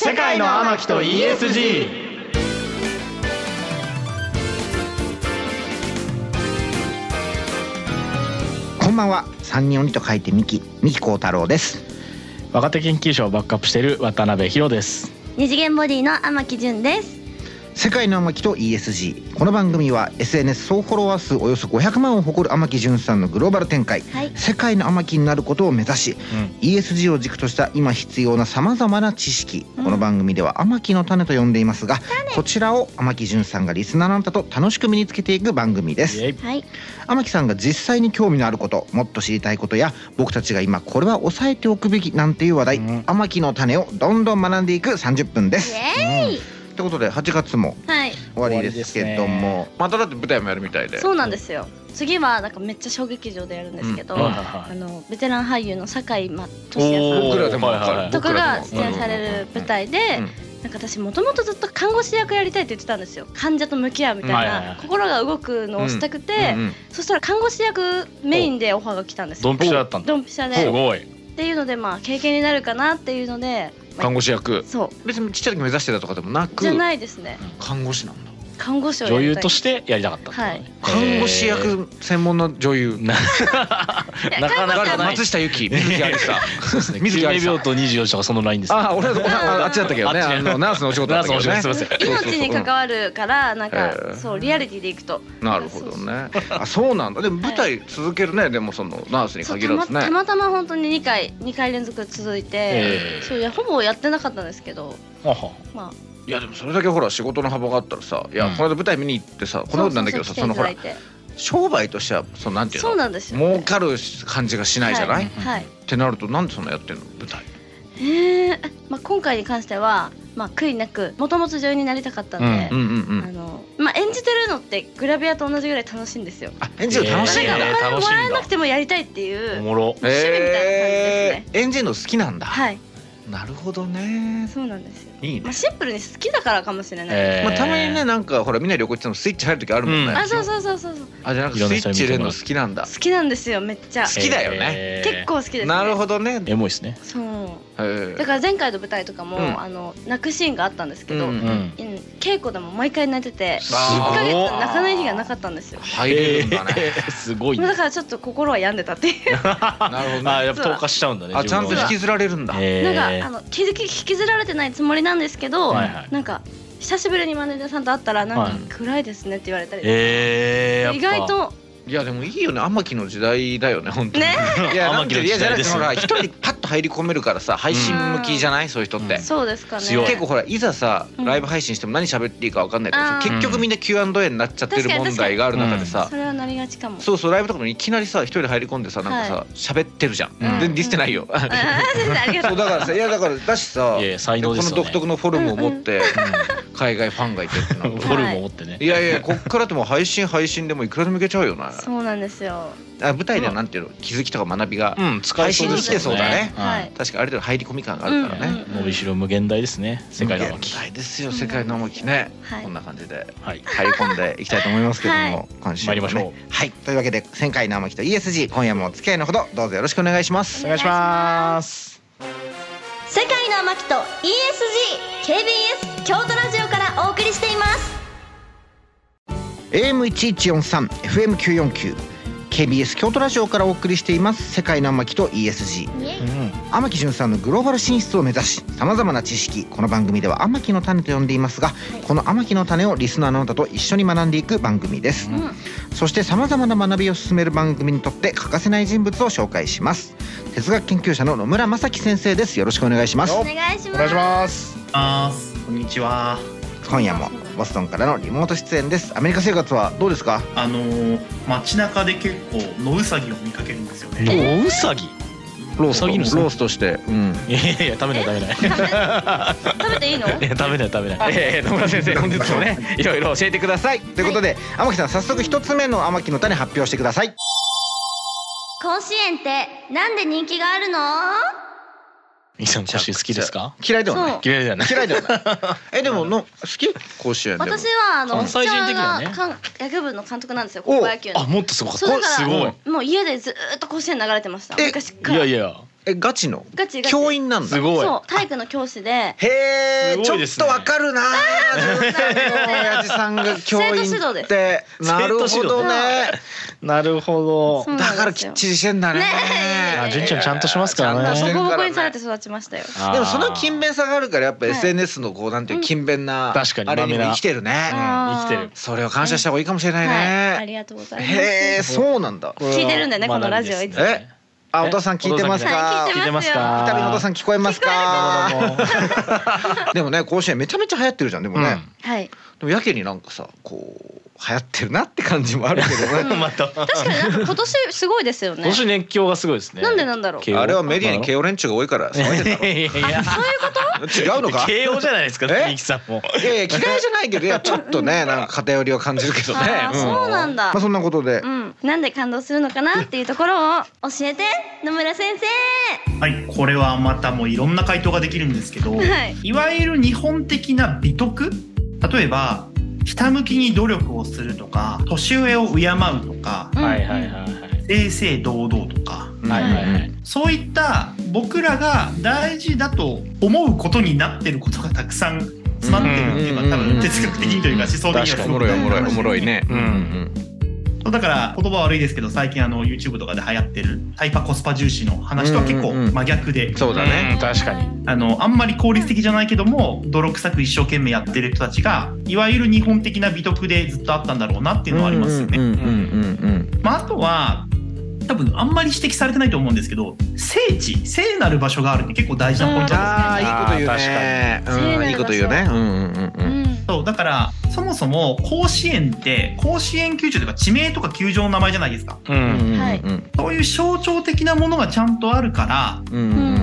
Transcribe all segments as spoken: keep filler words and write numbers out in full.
世界の天木と イーエスジー。 こんばんは。三人鬼と書いてミキ、三木幸太郎です。 若手研究者をバックアップしている渡辺博です。 二次元ボディの天木純です。 世界の天木と イーエスジー。 この番組は エスエヌエス 総フォロワー数およそごひゃくまんを誇る天木純さんのグローバル展開、はい、世界の天木になることを目指し、うん、イーエスジー を軸とした今必要なさまざまな知識、うん、この番組では天木の種と呼んでいますが、こちらを天木純さんがリスナーのあなたと楽しく身につけていく番組です。はい、天木さんが実際に興味のあること、もっと知りたいことや、僕たちが今これは押さえておくべきなんていう話題、うん、天木の種をどんどん学んでいくさんじゅっぷんです。イエーイ、ということではちがつも終わりですけども、はい、まただって舞台もやるみたいで。 そうなんですよ。次はなんかめっちゃ小劇場でやるんですけど、うん、あのベテラン俳優の堺雅人さんとかが出演される舞台で、なんか私もともとずっと看護師役やりたいって言ってたんですよ。患者と向き合うみたいな心が動くのをしたくて、そしたら看護師役メインでオファーが来たんですよ。 ドンピシャだったんだ。 ドンピシャで。すごい。っていうので、まあ経験になるかなっていうので。 看護師役。 そう。 別にちっちゃい時目指してたとかでもなく。 じゃないですね。 看護師なんだ。 看護師を女優としてやりたかった。 はい。 看護師役専門の女優。なかなか松下由紀、水木有沙。 水木有沙。病棟にじゅうよじとかそのラインです。 あ、俺あっちだったけどね。あのナースのお仕事だったけどね。 命に関わるからなんかそうリアリティでいくと。 なるほどね。あ、そうなんだ。でも舞台続けるね。でもそのナースに限らずね。 たまたま本当ににかいにかい連続続いて、そういやほぼやってなかったんですけど。まあ。 いやでもそれだけほら仕事の幅があったらさ、いやこの間舞台見に行ってさ、このことなんだけどさ、そのほら商売としてはそのなんていうの、 そうなんですよ、 儲かる感じがしないじゃない、ってなるとなんでそんなやってんの舞台。 ええ、まあ今回に関してはまあ悔いなくもともと女優になりたかったんで、あのまあ演じてるのってグラビアと同じぐらい楽しいんですよ。 あ、演じるの楽しいんだ。 お金もらえなくてもやりたいっていう趣味みたいな感じですね。 演じるの好きなんだ。 はい。 なるほどね。 そうなんですよ。 いいね。 まあシンプルに好きだからかもしれない。 えー、まあたまにね、なんかほらみんな旅行行ってもスイッチ入る時あるもんね。 うん、あ、そうそうそうそう。 あ、じゃなくてスイッチ入れるの好きなんだ。 好きなんですよ、めっちゃ。 好きだよね。 結構好きです、ね。 なるほどね。 エモいですね。 そう。だから前回の舞台とかも、うん、あの泣くシーンがあったんですけど、うんうん、稽古でも毎回泣いてていっかげつ泣かない日がなかったんですよ。 入れるんだね。 すごいね。 だからちょっと心は病んでたっていう。 なるほど。あ、やっぱ投下しちゃうんだね。 あ、ちゃんと引きずられるんだ。 なんかあの気づき引きずられてないつもりなんですけど、はいはい、なんか久しぶりにマネージャーさんと会ったらなんか暗いですねって言われたり、えー、意外と。 いやでもいいよね、天木の時代だよね本当に。いや天木の時代です。ほら一人でパッと入り込めるからさ、配信向きじゃない、そういう人って。 そうですかね。 結構ほらいざさライブ配信しても何喋っていいか分かんないから結局みんな キューアンドエー になっちゃってる問題がある中でさ、 それはなりがちかも。 そうそう、ライブとかもいきなりさ一人で入り込んでさ、なんかさ喋ってるじゃん。全然ディスってないよ。そうだからさ、いやだからだしさ、この独特のフォルムを持って海外ファンがいてってなる。 フォルムを持ってね。 いやいや、こっからでも配信配信でもいくらでもいけちゃうよね。 そうなんですよ。 あ、舞台ではなんていうの、気づきとか学びが配信に来てそうだね。確かある程度入り込み感があるからね。 伸びしろ無限大ですね。世界の天木。 無限大ですよ、世界の天木ね。こんな感じで入り込んでいきたいと思いますけども、今週もね。はい、というわけで世界の天木と イーエスジー、今夜もお付き合いのほどどうぞよろしくお願いします。 お願いします。 世界の天木と イーエスジー、ケービーエス 京都ラジオからお送りしています。 エーエムせんいちよんさん、エフエムきゅうよんきゅう、ケービーエス 京都ラジオからお送りしています世界の天木と イーエスジー。 天木純さんのグローバル進出を目指し、さまざまな知識、この番組では天木の種と呼んでいますが、はい、この天木の種をリスナーのあなたと一緒に学んでいく番組です、うん、そしてさまざまな学びを進める番組にとって欠かせない人物を紹介します。哲学研究者の野村正樹先生です。よろしくお願いします。 お願いします。 お願いします。 こんにちは。 今夜もボストンからのリモート出演です。アメリカ生活はどうですか？ あのー、街中で結構野ウサギを見かけるんですよね。 野ウサギ？ ロースト、ローストして、うん。 いやいや、食べない食べない。 食べていいの？ いや、食べない食べない。 えー、野村先生、本日もね、いろいろ教えてください。ということで、天木さん、早速一つ目の天木の種発表してください。 甲子園ってなんで人気があるの？ みさん甲子園好きですか？ 嫌いではない。 嫌いではない。 嫌いではない。え、でもの好き？甲子園でも。 私はあの関西人的なね。 野球部の監督なんですよ。高校野球の。 あ、もっとすごかった。 すごい。もう家でずっと甲子園流れてました。昔から。 いやいや。 えガチのガチガチ教員なんだ。 すごい。 そう体育の教師で。 へえ、ちょっとわかるな。親父さんが教員って。なるほどね。 なるほど。だからきっちりしてんだね。 あ、純ちゃんちゃんとしますからね。 ボコボコにされて育ちましたよ。 でもその勤勉さがあるからやっぱ エスエヌエス のこうなんていう勤勉なあれにも生きてるね。 生きてる。 それを感謝した方がいいかもしれないね。 ありがとうございます。 へえ、そうなんだ。 聞いてるんだよねこのラジオいつも。 あ、お父さん聞いてますか。 聞いてますよ。 イタビのお父さん聞こえますか。でもね、甲子園めちゃめちゃ流行ってるじゃん。でもね。 はい。 でもやけになんかさ、こう流行ってるなって感じもあるけどね。 また。 確かになんか今年すごいですよね。 今年熱狂がすごいですね。 なんでなんだろう。 あれはメディアに慶応連中が多いから騒いでたの。 いやいやいや。そういうこと？ 違うのか。 慶応じゃないですか。ミキさんも。 いやいや嫌いじゃないけど、いやちょっとね、なんか偏りを感じるけどね。 そうなんだ。 まあそんなことで。 うん。なんで感動するのかなっていうところを教えて野村先生。 はい、これはまたもういろんな回答ができるんですけど、はい、いわゆる日本的な美徳、例えばひたむきに努力をするとか、年上を敬うとか、正々堂々とか、そういった僕らが大事だと思うことになってることがたくさん詰まってるっていうのは多分哲学的にというか思想的にはすごくおもろいおもろいね。 だから言葉悪いですけど、最近あの YouTube とかで流行ってるタイパコスパ重視の話とは結構真逆で、 そうだね、 確かにあのあんまり効率的じゃないけども泥臭く一生懸命やってる人たちがいわゆる日本的な美徳でずっとあったんだろうなっていうのはありますよね。まああとは多分あんまり指摘されてないと思うんですけど、聖地、聖なる場所があるって結構大事なポイントですね。 ああ、いいこと言うね。うん、いいこと言うね。うんうんうん。 そうだからそもそも甲子園って甲子園球場というか地名とか球場の名前じゃないですか。うん、はい。そういう象徴的なものがちゃんとあるから、うん、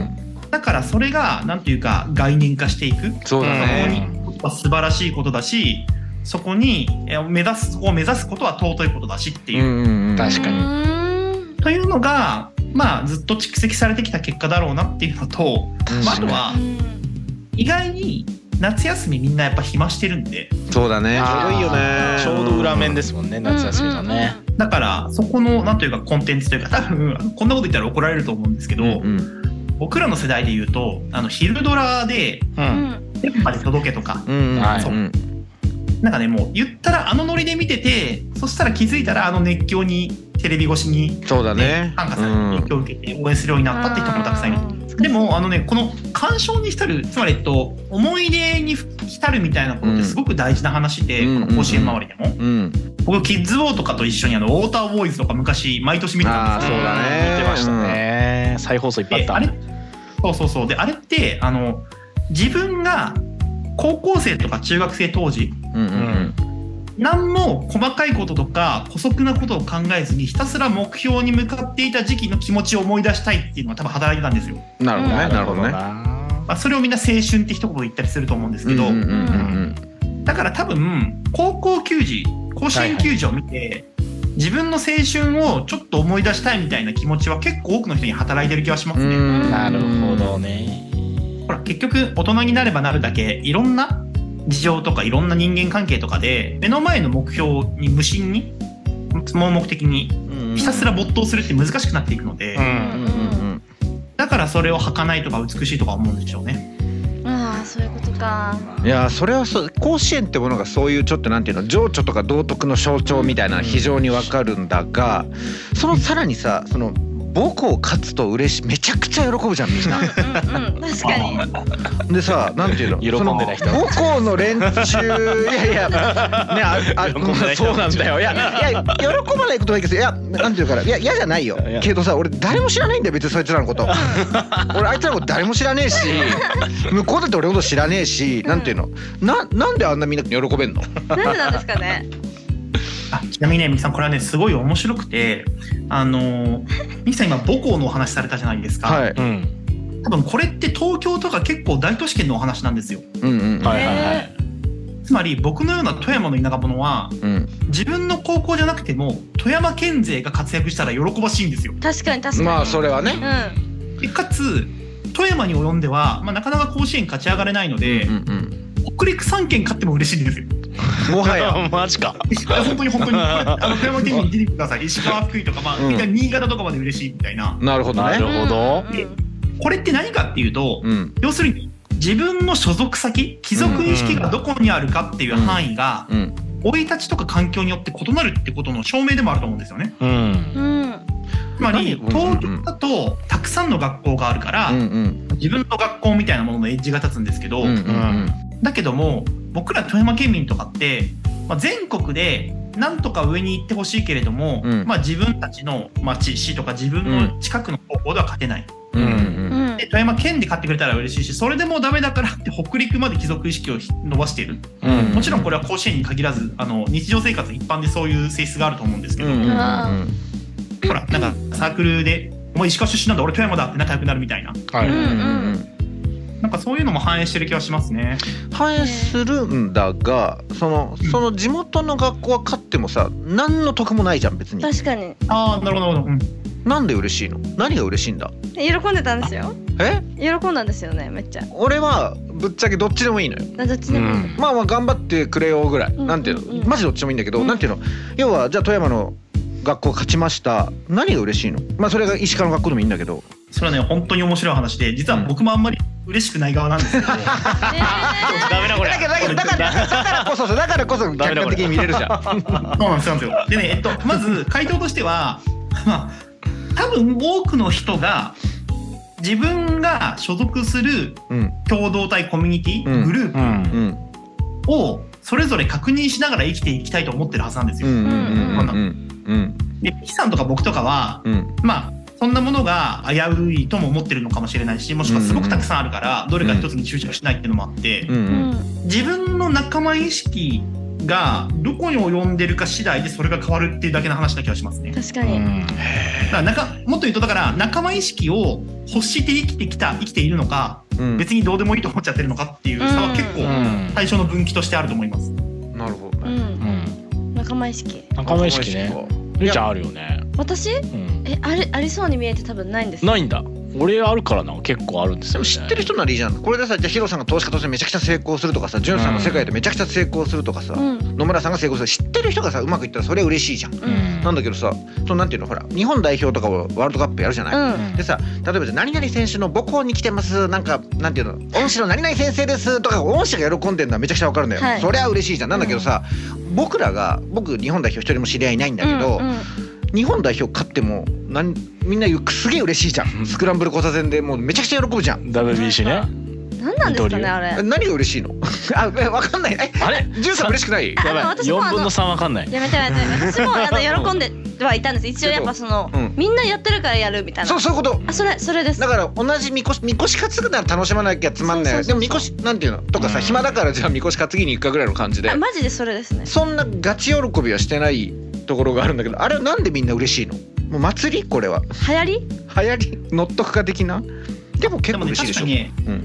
だからそれがなんていうか概念化していく。 そうだね。 そこに素晴らしいことだし、そこに目指すそこを目指すことは尊いことだしっていう。 うん、確かに。 というのが、まあ、ずっと蓄積されてきた結果だろうなっていうのと、まあ、あとは意外に夏休みみんなやっぱ暇してるんで。 そうだね、ちょうどいいよね。 ちょうど裏面ですもんね、夏休みのね。 だからそこのなんというかコンテンツというか、多分こんなこと言ったら怒られると思うんですけど、うんうん、僕らの世代で言うとあの昼ドラで「電波で届け」とか、うんうん、そう、うん、なんかね、もう言ったらあのノリで見てて、そしたら気づいたらあの熱狂にテレビ越しに、ね、 そうだね、 感化されて影響を受けて応援するようになったって人もたくさんいる。でもあのね、この感傷に浸る、つまり、えっと、思い出に浸るみたいなことってすごく大事な話で、うん、この甲子園周りでも、うんうん、僕キッズウォーとかと一緒にあのウォーターボーイズとか昔毎年見てたんですよ。 あ、そうだね、 見てましたね、うん、再放送いっぱいあった。 あれ、そうそうそう、であれってあの自分が高校生とか中学生当時、うんうんうん、何も細かいこととか姑息なことを考えずにひたすら目標に向かっていた時期の気持ちを思い出したいっていうのが多分働いてたんですよ。 なるほどね、なるほどね。 まあ、それをみんな青春って一言言ったりすると思うんですけど、だから多分高校球児、甲子園球児を見て、はいはい、自分の青春をちょっと思い出したいみたいな気持ちは結構多くの人に働いてる気がしますね。 なるほどね。 ほら結局大人になればなるだけいろんな事情とかいろんな人間関係とかで目の前の目標に無心に盲目的にひたすら没頭するって難しくなっていくので、だからそれを儚いとか美しいとか思うんでしょうね。 ああ、そういうことか。 いや、それはそう、甲子園ってものがそういうちょっとなんていうの、情緒とか道徳の象徴みたいな非常にわかるんだが、そのさらにさ、その母校勝つと嬉しい、めちゃくちゃ喜ぶじゃんみんな。うん、 うん、確かに。 でさ、なんていうの、 喜んでない人、 母校の連中、いやいやね、ああ、そうなんだよ。いやいや、喜ばないことはいいけど、いや、なんていうから、いや嫌じゃないよ。けどさ、俺誰も知らないんだよ別にそいつらのこと。俺あいつらのこと誰も知らねえし、向こうだって俺のこと知らねえし、なんていうの、ななんであんなみんな喜べんの？ なんでなんですかね。 あ、ちなみにね、みきさん、これはねすごい面白くて、あのみきさん今母校のお話されたじゃないですか。はい、うん、多分これって東京とか結構大都市圏のお話なんですよ。うんうん、はいはいはい。つまり僕のような富山の田舎者は、うん、自分の高校じゃなくても富山県勢が活躍したら喜ばしいんですよ。 確かに確かに。 まあそれはね、 うん、かつ富山に及んでは、まあ、なかなか甲子園勝ち上がれないので、うんうんうん、北陸さん県勝っても嬉しいんですよ。 もはやマジか。 本当に本当にあの富山県に出てください。石川、福井とか、まあ、うん、新潟とかまで嬉しいみたいな。 なるほどね。 なるほど。 これって何かっていうと、うん、要するに自分の所属先、貴族意識がどこにあるかっていう範囲が生い立ちとか環境によって異なるってことの証明でもあると思うんですよね。うん、つまり東京だとたくさんの学校があるから、うんうん、自分の学校みたいなもののエッジが立つんですけど、うんうんうん、だけども僕ら富山県民とかって、まあ、全国でなんとか上に行ってほしいけれども、うんまあ、自分たちの町市とか自分の近くの高校では勝てない、うんうん、で富山県で勝ってくれたら嬉しいし、それでもダメだからって北陸まで貴族意識を伸ばしている、うんうん、もちろんこれは甲子園に限らずあの日常生活一般でそういう性質があると思うんですけど、うんうんうん、ほらなんかサークルで「お前石川出身なんだ俺富山だ」って仲良くなるみたいな、はいうんうんなんかそういうのも反映してる気がしますね。 反映するんだが、そのその地元の学校は勝ってもさ、何の得もないじゃん別に。 確かに。 ああなるほどなるほど。うん、 なんで嬉しいの？何が嬉しいんだ？ 喜んでたんですよ。 え？ 喜んだんですよねめっちゃ。 俺はぶっちゃけどっちでもいいのよ。 どっちでもいい。うん、 まあまあ頑張ってくれよぐらい。うん、なんていうの？マジどっちでもいいんだけど、うん、なんていうの？要はじゃあ富山の学校勝ちました。何が嬉しいの？まあそれが石川の学校でもいいんだけど。 それはね本当に面白い話で、実は僕もあんまり嬉しくない側なんですけど、ダメだこれ。だけどだけどだからだからこそだからこそ客観的に見れるじゃん。そうなんですよ。でねえっとまず回答としては、まあ多分多くの人が自分が所属する共同体コミュニティ、うん、グループをそれぞれ確認しながら生きていきたいと思ってるはずなんですよ。でピキさんとか僕とかは、うん、まあそんなものが危ういとも思ってるのかもしれないし、もしくはすごくたくさんあるからどれか一つに執着しないっていうのもあって、うんうん、自分の仲間意識がどこに及んでるか次第でそれが変わるっていうだけの話な気がしますね。 確かに。 だからなんかもっと言うとだから仲間意識を欲して生きてきた生きているのか、うん、別にどうでもいいと思っちゃってるのかっていう差は結構対象の分岐としてあると思います。うん、 なるほどね。 うん、仲間意識。 仲間意識ね。ゆうちゃんあるよね。 私？うん、えありありそうに見えて多分ないんです。 ないんだ。俺あるからな結構あるんですよ、ね、 知ってる人ならいいじゃん。これでさ、じゃあヒロさんが投資家としてめちゃくちゃ成功するとかさ、ジュンさんが世界でめちゃくちゃ成功するとかさ、うん、野村さんが成功する、知ってる人がさうまくいったらそれは嬉しいじゃん、うん、なんだけどさ、そのなんていうのほら日本代表とかをワールドカップやるじゃない、うん、でさ例えばじゃ何々選手の母校に来てますなんかなんていうの恩師の何々先生ですとか恩師が喜んでるのはめちゃくちゃわかるんだよ、はい、それは嬉しいじゃん。なんだけどさ、うん、僕らが僕日本代表一人も知り合いないんだけど、うんうん日本代表勝ってもなんみんなすげえ嬉しいじゃん。スクランブル交差点でもうめちゃくちゃ喜ぶじゃん。 ダブリュービーシー ね。 何なんですかねあれ。 何が嬉しいの？あ分かんない。えあれジュンさん嬉しくない？ やばいよんぶんのさん分かんない。 やめてやめて私もあの喜んではいたんです。一応やっぱその、うん、みんなやってるからやるみたいな。 そうそういうこと。 あそれそれです。 だから同じみこしみこし担ぐなら楽しまなきゃつまんない。でもみこしなんていうのとかさ、うん、暇だからじゃあみこし担ぎに行くかぐらいの感じで。 あマジでそれですね。 そんなガチ喜びはしてないところがあるんだけど、あれはなんでみんな嬉しいの？もう祭りこれは流行り流行り乗っとくか的な。でも結構嬉しいでしょ。でもね確かに、うん、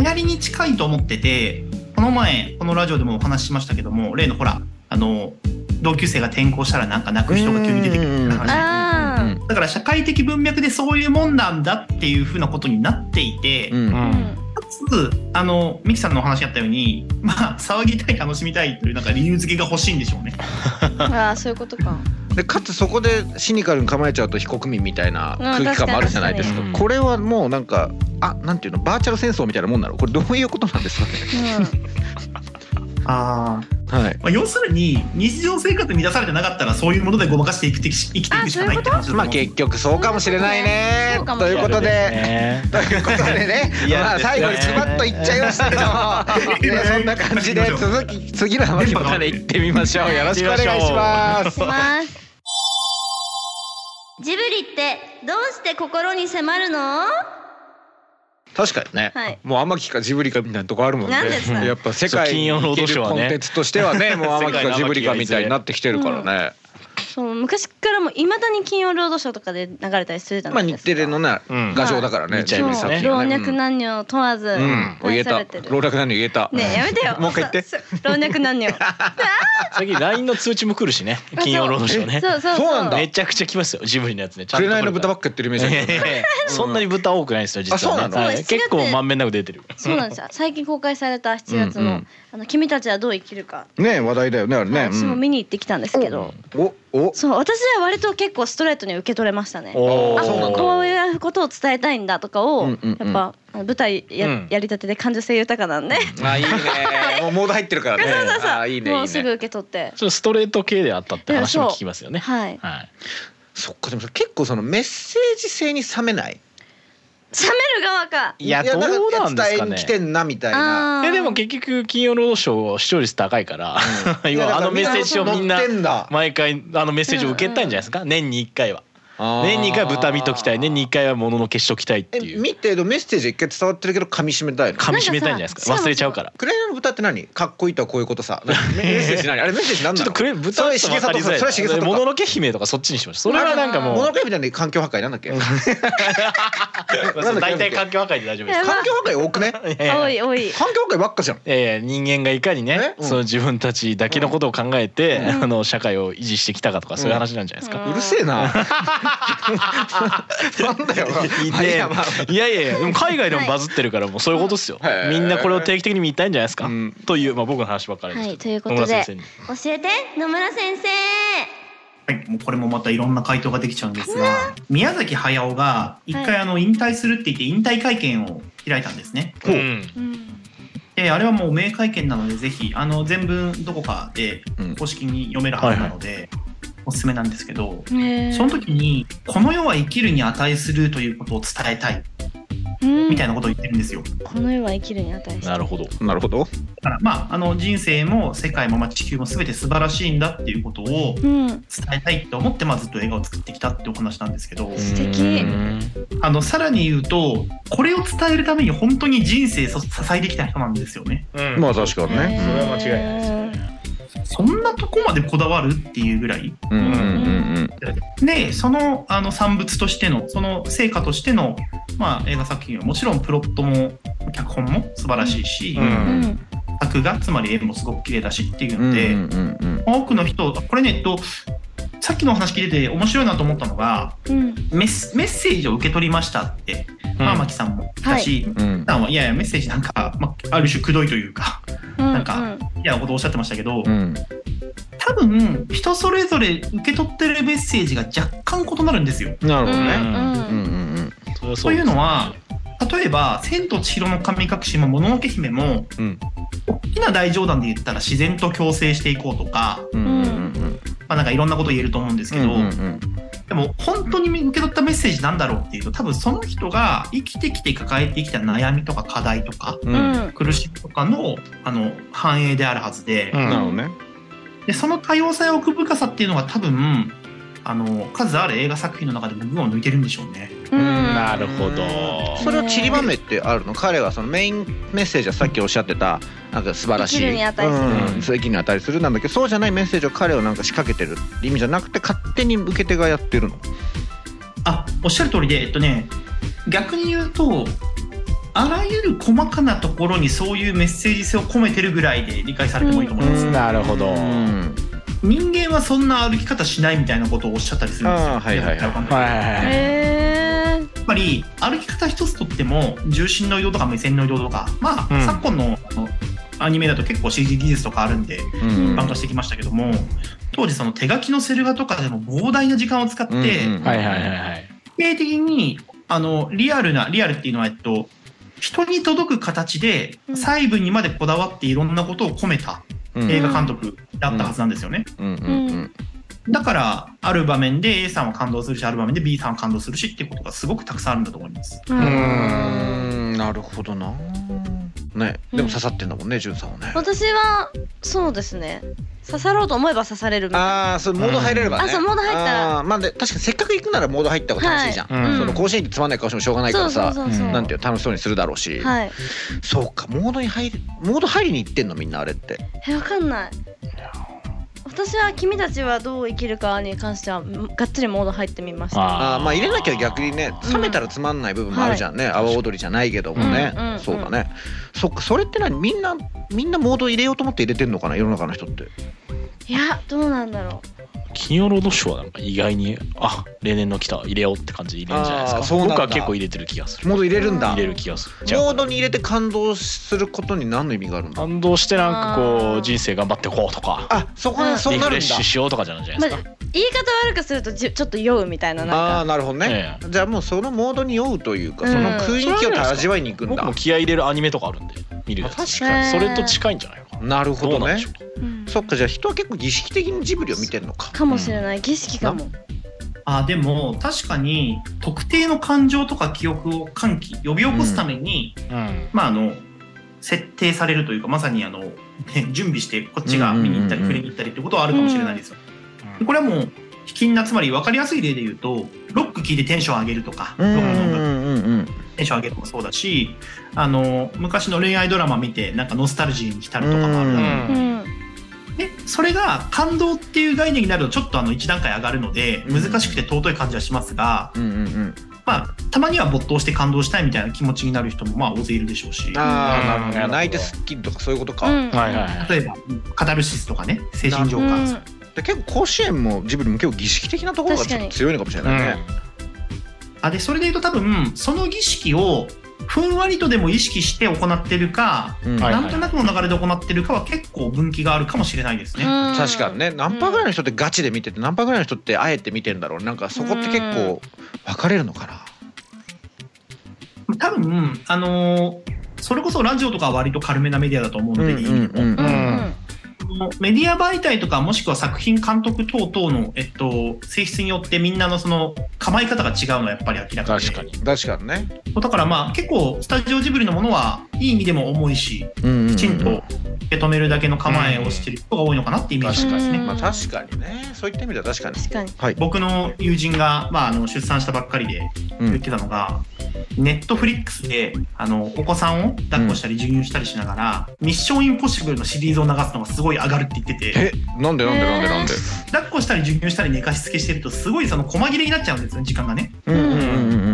流行りに近いと思ってて、この前このラジオでもお話ししましたけども、例のほらあの同級生が転校したらなんか泣く人が急に出てくる話、あだから社会的文脈でそういうもんなんだっていうふうなことになっていて、うんうん、かつあのミキさんのお話あったように、まあ騒ぎたい楽しみたいというなんか理由付けが欲しいんでしょうね。 ああそういうことか。 でかつそこでシニカルに構えちゃうと非国民みたいな空気感もあるじゃないですか。これはもうなんかあなんていうのバーチャル戦争みたいなもんなの。これどういうことなんですかね。 うん、あはいまあ、要するに日常生活に満たされてなかったらそういうものでごまかしていくて生きていくしかないって話だと思う。 まあ結局そうかもしれないね。ということでということでねまあ最後にズバッといっちゃいましたけどもそんな感じで続き次の話まで行ってみましょう。よろしくお願いします。 ジブリってどうして心に迫るの？ 確かにね、はい、もう天城かジブリかみたいなとこあるもんね。やっぱ世界に行けるコンテンツとしてはねもう天城かジブリかみたいになってきてるからね。 そう昔からもいまだに金曜ロードショーとかで流れたりするじゃないですか。 まあ日テレのね画像だからね。 老若男女問わず愛されてる。老若男女言えた。 ねえやめてよ。 もう一回言って。 老若男女。 最近 ライン の通知も来るしね。金曜ロードショーね。 そうそうそうなんだ。 めちゃくちゃ来ますよジブリのやつね。 紅の豚ばっか言ってるイメージ。 そんなに豚多くないですよ実はね。結構まんべんなく出てる。 そうなんですよ。最近公開されたしちがつのあの君たちはどう生きるか。 ね話題だよねあれね。 私も見に行ってきたんですけど。 おおそそう、私は割と結構ストレートに受け取れましたね。あ、こういうことを伝えたいんだとかを、うんうんうん、やっぱ舞台 や,、うん、やりたてで感受性豊かなんで、 うん、あいいねもうモード入ってるからね。 そうそうそう、 あいいね、 もうすぐ受け取って、 ちょっとストレート系であったって話も聞きますよね。 はい、 はい、 そっか。でも結構そのメッセージ性に冷めない？ 冷める側か。 いや、どうなんですかね。 伝えに来てんなみたいな。 えでも結局金曜ロードショー視聴率高いから、うん、要はあのメッセージをみんな毎回あのメッセージを受けたいんじゃないですか、うんうん、年にいっかいは。年にいっかいは豚見ときたい、年にいっかいはもののけしときたいっていう。 見てメッセージ一回伝わってるけど噛み締めたいの。 噛み締めたいんじゃないですか。忘れちゃうから。 クレーの豚って何？かっこいいとはこういうことさ。メッセージ何？あれメッセージ何なの？ちょっとクレー豚と分かりづらい。それしげさとか。もののけ姫とかそっちにしました。それはなんかもう。 もののけ姫みたいな環境破壊なんだっけ？ 大体環境破壊で大丈夫です。 環境破壊多くね？ 多い多い。 環境破壊ばっかじゃん。 いやいや、人間がいかにね、その自分たちだけのことを考えてあの社会を維持してきたかとかそういう話なんじゃないですか。 うるせえな。なんだよ。 いやいやいや、でも海外でもバズってるからもうそういうことですよ。みんなこれを定期的に見たいんじゃないですか。というまあ僕の話ばっかりです。 はい、ということで教えて野村先生。 はい、もうこれもまたいろんな回答ができちゃうんですが、宮崎駿が一回あの引退するって言って引退会見を開いたんですね。うん、であれはもう名会見なのでぜひあの全文どこかで公式に読めるはずなので。うん、はいはい、おすすめなんですけど、その時にこの世は生きるに値するということを伝えたいみたいなことを言ってるんですよ。 この世は生きるに値する。 なるほどなるほど。 だからまああの人生も世界もまあ地球も全て素晴らしいんだっていうことを伝えたいと思ってまあずっと映画を作ってきたってお話なんですけど、 素敵。 あのさらに言うとこれを伝えるために本当に人生支えてきた人なんですよね。 うん、まあ確かにね。 それは間違いないですよね。 そんなとこまでこだわるっていうぐらい、うんうんうんうん、でその、あの産物としてのその成果としての、まあ、映画作品はもちろんプロットも脚本も素晴らしいし、うんうん、作画つまり絵もすごく綺麗だしっていうので、うんうんうん、多くの人これね、えっと、さっきの話聞いてて面白いなと思ったのが、うん、メ, ッメッセージを受け取りましたって天巻さんも言ったし、うん、はい、いやいやメッセージなんか、まあ、ある種くどいというか、うん、なんか嫌なことをおっしゃってましたけど、うん、多分人それぞれ受け取ってるメッセージが若干異なるんですよ。 なるほどね。 というのは例えば「千と千尋の神隠し」も「もののけ姫も」うん、大きな大冗談で言ったら自然と共生していこうとか、うんうんうん、まあ、なんかいろんなこと言えると思うんですけど、うんうんうん、でも本当に受け取ったメッセージなんだろうっていうと多分その人が生きてきて抱えてきた悩みとか課題とか、うん、苦しみとか の, あの反映であるはずで、うん、なるほどね。でその多様さや奥深さっていうのが多分あの数ある映画作品の中でも群を抜いてるんでしょうね。 うん、なるほど。 それを散りばめってあるの？彼はそのメインメッセージはさっきおっしゃってたなんか素晴らしい、生きるに値する、うん、生きるに値するなんだけど、そうじゃないメッセージを彼をなんか仕掛けてるって意味じゃなくて勝手に受け手がやってるの？ あ、おっしゃる通りで、えっとね、逆に言うとあらゆる細かなところにそういうメッセージ性を込めてるぐらいで理解されてもいいと思います。 うん、なるほど。うん、 人間はそんな歩き方しないみたいなことをおっしゃったりするんですよ。あ、はいはいはい、やっぱり歩き方一つとっても重心の移動とか目線の移動とか、まあ、うん、昨今のアニメだと結構 シージー 技術とかあるんで一般化してきましたけども、うん、当時その手書きのセル画とかでも膨大な時間を使って定的にあのリアルなリアルっていうのはえっと人に届く形で細部にまでこだわっていろんなことを込めた映画監督だったはずなんですよね。だからある場面で A さんは感動するし、ある場面で B さんは感動するしっていうことがすごくたくさんあるんだと思います。 うーん、なるほどな。ね、でも刺さってんだもんね、じゅんさんはね。 私はそうですね。刺さろうと思えば刺されるみたいな。 ああ、それモード入れればね。 あ、そうモード入ったら。 あ、まあで確かにせっかく行くならモード入った方が楽しいじゃん。はい、うん、その甲子園ってつまんない顔してもしょうがないからさ、なんていう楽しそうにするだろうし。はい。そうか、モードに入るモード入りに行ってんのみんなあれって。 え、わかんない。私は君たちはどう生きるかに関してはがっつりモード入ってみました。 ああ、まあ入れなきゃ逆にね、冷めたらつまんない部分もあるじゃんね。阿波踊りじゃないけどもね。うんうんうん、そうだね。そっか、それって何、みんなみんなモード入れようと思って入れてんのかな、世の中の人って。 いや、どうなんだろう。 金曜ロードショーはなんか意外にあ例年の来た入れようって感じで入れるんじゃないですか。僕は結構入れてる気がする。 モード入れるんだ。 入れる気がする。 モードに入れて感動することに何の意味があるんだ。 感動してなんかこう人生頑張ってこうとか、 あそこでそうなるんだ。 リフレッシュしようとかじゃないですか。 言い方悪くするとちょっと酔うみたいななんか。 ああなるほどね。じゃあもうそのモードに酔うというかその雰囲気を味わいに行くんだ。 僕も気合い入れるアニメとかあるんで見るやつ。 確かにそれと近いんじゃないかな。 なるほどね。そっかじゃあ人は結構儀式的にジブリを見てるのか。 かもしれない儀式かも。 あでも確かに特定の感情とか記憶を喚起呼び起こすために、うんうん、まああの設定されるというかまさにあの、ね、準備してこっちが見に行ったり触れに行ったりってことはあるかもしれないですよ。うん、これはもう卑近なつまり分かりやすい例で言うとロック聴いてテンション上げるとか、ロックの音楽テンション上げるとかそうだし、あの昔の恋愛ドラマ見てなんかノスタルジーに浸るとかもあるだろう。うんでそれが感動っていう概念になるとちょっとあの一段階上がるので難しくて尊い感じはしますが、うんうんうん、まあたまには没頭して感動したいみたいな気持ちになる人もまあ大勢いるでしょうし、 ああなるほど、泣いてスッキリとかそういうことか、うん、 例えばカタルシスとかね精神浄化、うん、 で結構甲子園もジブリも結構儀式的なところがちょっと強いのかもしれないね。 うん、あでそれでいうと多分その儀式をふんわりとでも意識して行ってるか、うん、なんとなくの流れで行ってるかは結構分岐があるかもしれないですね。 確かにね。何パーぐらいの人ってガチで見てて何パーぐらいの人ってあえて見てるんだろう。なんかそこって結構分かれるのかな。多分あのー、それこそラジオとかは割と軽めなメディアだと思うので、いい意味でも。メディア媒体とかもしくは作品監督等々の、えっと、性質によってみんなのその構え方が違うのはやっぱり明らかで、 確かに確かにね。 だからまあ結構スタジオジブリのものはいい意味でも重いし、きちんと受け止めるだけの構えをしてる人が多いのかなってイメージしますね。 まあ確かにね。そういった意味では確かに。 確かに、 はい、僕の友人が、まあ、あの出産したばっかりで言ってたのが、うん、ネットフリックスであのお子さんを抱っこしたり授乳したりしながら、うん、ミッションインポッシブルのシリーズを流すのがすごい上がるって言ってて、 えなんでなんでなんでなんで抱っこしたり授乳したり寝かしつけしてるとすごいその細切れになっちゃうんですよ時間がね。うんうんうんうん、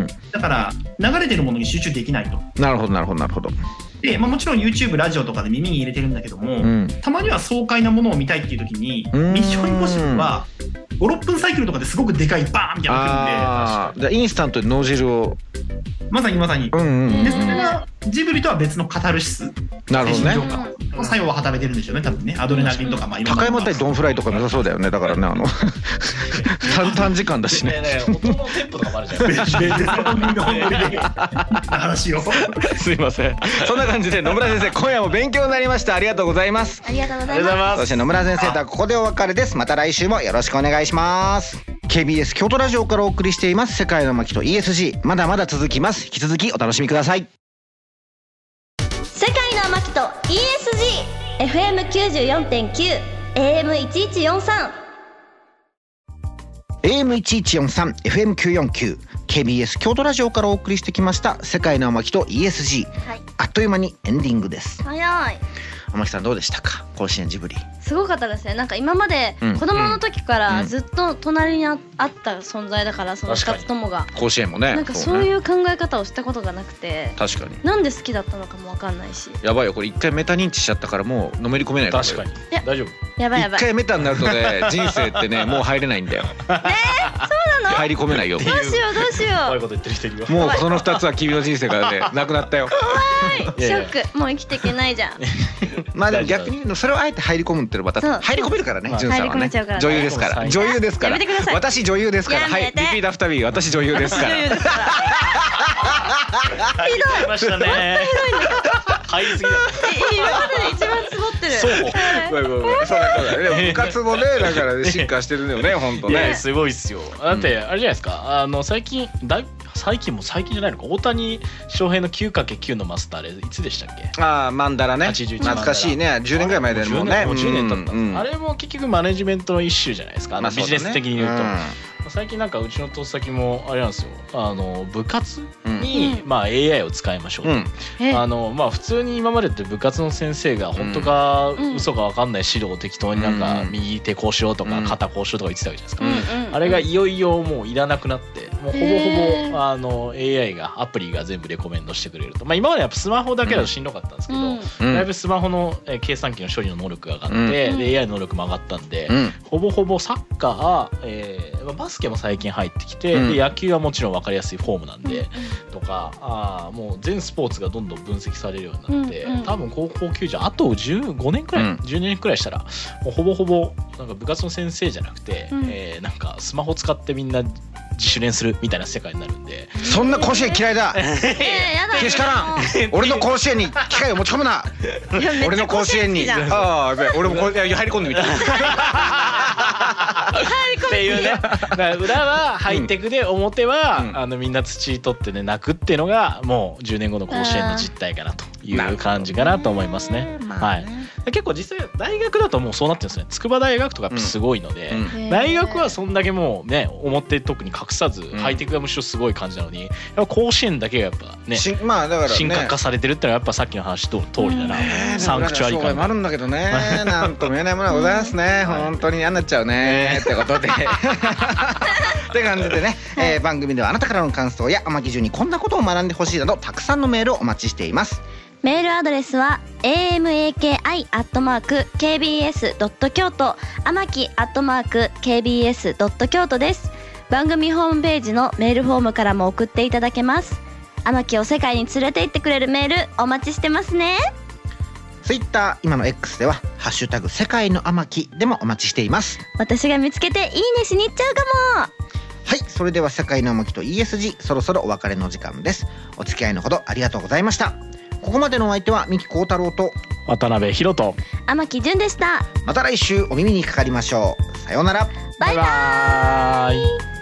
だから流れてるものに集中できないと。 なるほどなるほどなるほど。 で、まあ、もちろん YouTube ラジオとかで耳に入れてるんだけども、うん、たまには爽快なものを見たいっていう時にミッションインポッシブルはご、ろっぷんサイクルとかですごくでかいバーンみたいなのが来るんで、 じゃあインスタントで脳汁をまさにまさに、うんうんうん、でそれがジブリとは別のカタルシス、 なるほどね、 作用は働いてるんでしょうね多分ね。アドレナリンとか、まあ、いろんな高山対ドンフライとかなさそうだよね。だからねあの短時間だしね。 音のテンポとかもあるじゃないですか。 話をすいません。そんな感じで野村先生今夜も勉強になりました。ありがとうございます。 ありがとうございます。 そして野村先生とはここでお別れです。また来週もよろしくお願いします。ケービーエス 京都ラジオからお送りしています世界の巻と イーエスジー、 まだまだ続きます。引き続きお楽しみください。 世界の巻と イーエスジー エフエムきゅうじゅうよんてんきゅう エーエムいちいちよんさんエーエムいちいちよんさん エフエムきゅうよんきゅう ケービーエス 京都ラジオからお送りしてきました世界の巻と イーエスジー、はい、あっという間にエンディングです。 早い。 天木さんどうでしたか甲子園ジブリ。 すごかったですね。なんか今まで子供の時からずっと隣にあった存在だから、そのふたつともが甲子園もね、 なんかそういう考え方をしたことがなくて、 確かになんで好きだったのかも分かんないし。 やばいよこれ一回メタ認知しちゃったからもうのめり込めないから。 確かに大丈夫。 やばいやばい。 一回メタになるとね人生ってねもう入れないんだよ。 えー、そうなの。 入り込めないよ。 どうしようどうしよう。 怖いこと言ってる人いるよ。 もうそのふたつは君の人生からねなくなったよ。 怖い。ショック。もう生きていけないじゃん。 まあでも逆にそれをあえて入り込むってのはまた入り込めるからね。ジュンさんはね女優ですから女優ですから私女優ですから。はいリピートアフタービー私女優ですから。ひどい。 ましたね。入りすぎだ。 今までで一番つぼってる。 そう。 そうだね。部活もねだから進化してるよね本当ね。 すごいっすよ。だってあれじゃないですか。あの最近だい最近も最近じゃないのか大谷翔平の きゅうかけるきゅう のマスターあれいつでしたっけ。 ああマンダラね。懐かしいね。じゅうねんぐらい前だよね。もうね。 もうじゅうねん経った。あれも結局マネジメントの一種じゃないですか。ビジネス的に言うと。 最近なんかうちのとっさきもあれなんですよ、あの部活に、うん、まあ エーアイ を使いましょうと、うん、あのまあ普通に今までって部活の先生が本当か嘘か分かんない指導を適当になんか右手こうしろとか肩こうしろとか言ってたわけじゃないですか、うん、あれがいよいよもういらなくなって、もうほぼほぼあの エーアイ がアプリが全部レコメンドしてくれると、まあ今までやっぱスマホだけだとしんどかったんですけど、うん、だいぶスマホの計算機の処理の能力が上がって、うん、で エーアイ の能力も上がったんで、うん、ほぼほぼサッカー、えー、バスケも最近入ってきて、うん、で野球はもちろん分かりやすいフォームなんで、うん、とかあもう全スポーツがどんどん分析されるようになって、うん、多分高校球児あとじゅうごねんくらい、うん、じゅうねんくらいしたらもうほぼほぼなんか部活の先生じゃなくて、うん、えー、なんかスマホ使ってみんな自主練するみたいな世界になるんで、 そんな甲子園嫌いだけしからん俺の甲子園に機械を持ち込むな俺の甲子園にああ俺もこ入り込んでみたっていうね、だから裏はハイテクで表は、うん、あのみんな土取ってね泣くっていうのがもうじゅうねんごの甲子園の実態かなという感じかなと思いますね。はい。結構実際大学だともうそうなってるんですね。筑波大学とかすごいので、うん、大学はそんだけもうね表特に隠さず、うん、ハイテクがむしろすごい感じなのに、やっぱ甲子園だけがやっぱね、まあだからね、神格化されてるってのはやっぱさっきの話と通りだな、うん、サンクチュアリ感があるんだけどね、なんとも言えないものがございますね。本当に嫌になっちゃうねってことでって感じでね、えー、番組ではあなたからの感想や天城にこんなことを学んでほしいなどたくさんのメールをお待ちしています。 メールアドレスは エーエムエーケーアイ アットマーク ケービーエス ドット 京都、天城アットマーク ケービーエス ドット 京都です。番組ホームページのメールフォームからも送っていただけます。天城を世界に連れて行ってくれるメールお待ちしてますね。 ツイッター、今の X ではハッシュタグ世界の天城でもお待ちしています。 私が見つけていいねしに行っちゃうかも。 はい、それでは世界の天城と イーエスジー そろそろお別れの時間です。お付き合いのほどありがとうございました。ここまでのお相手は三木幸太郎と渡辺博人、 天城純でした。 また来週お耳にかかりましょう。さようなら。 バイバーイ。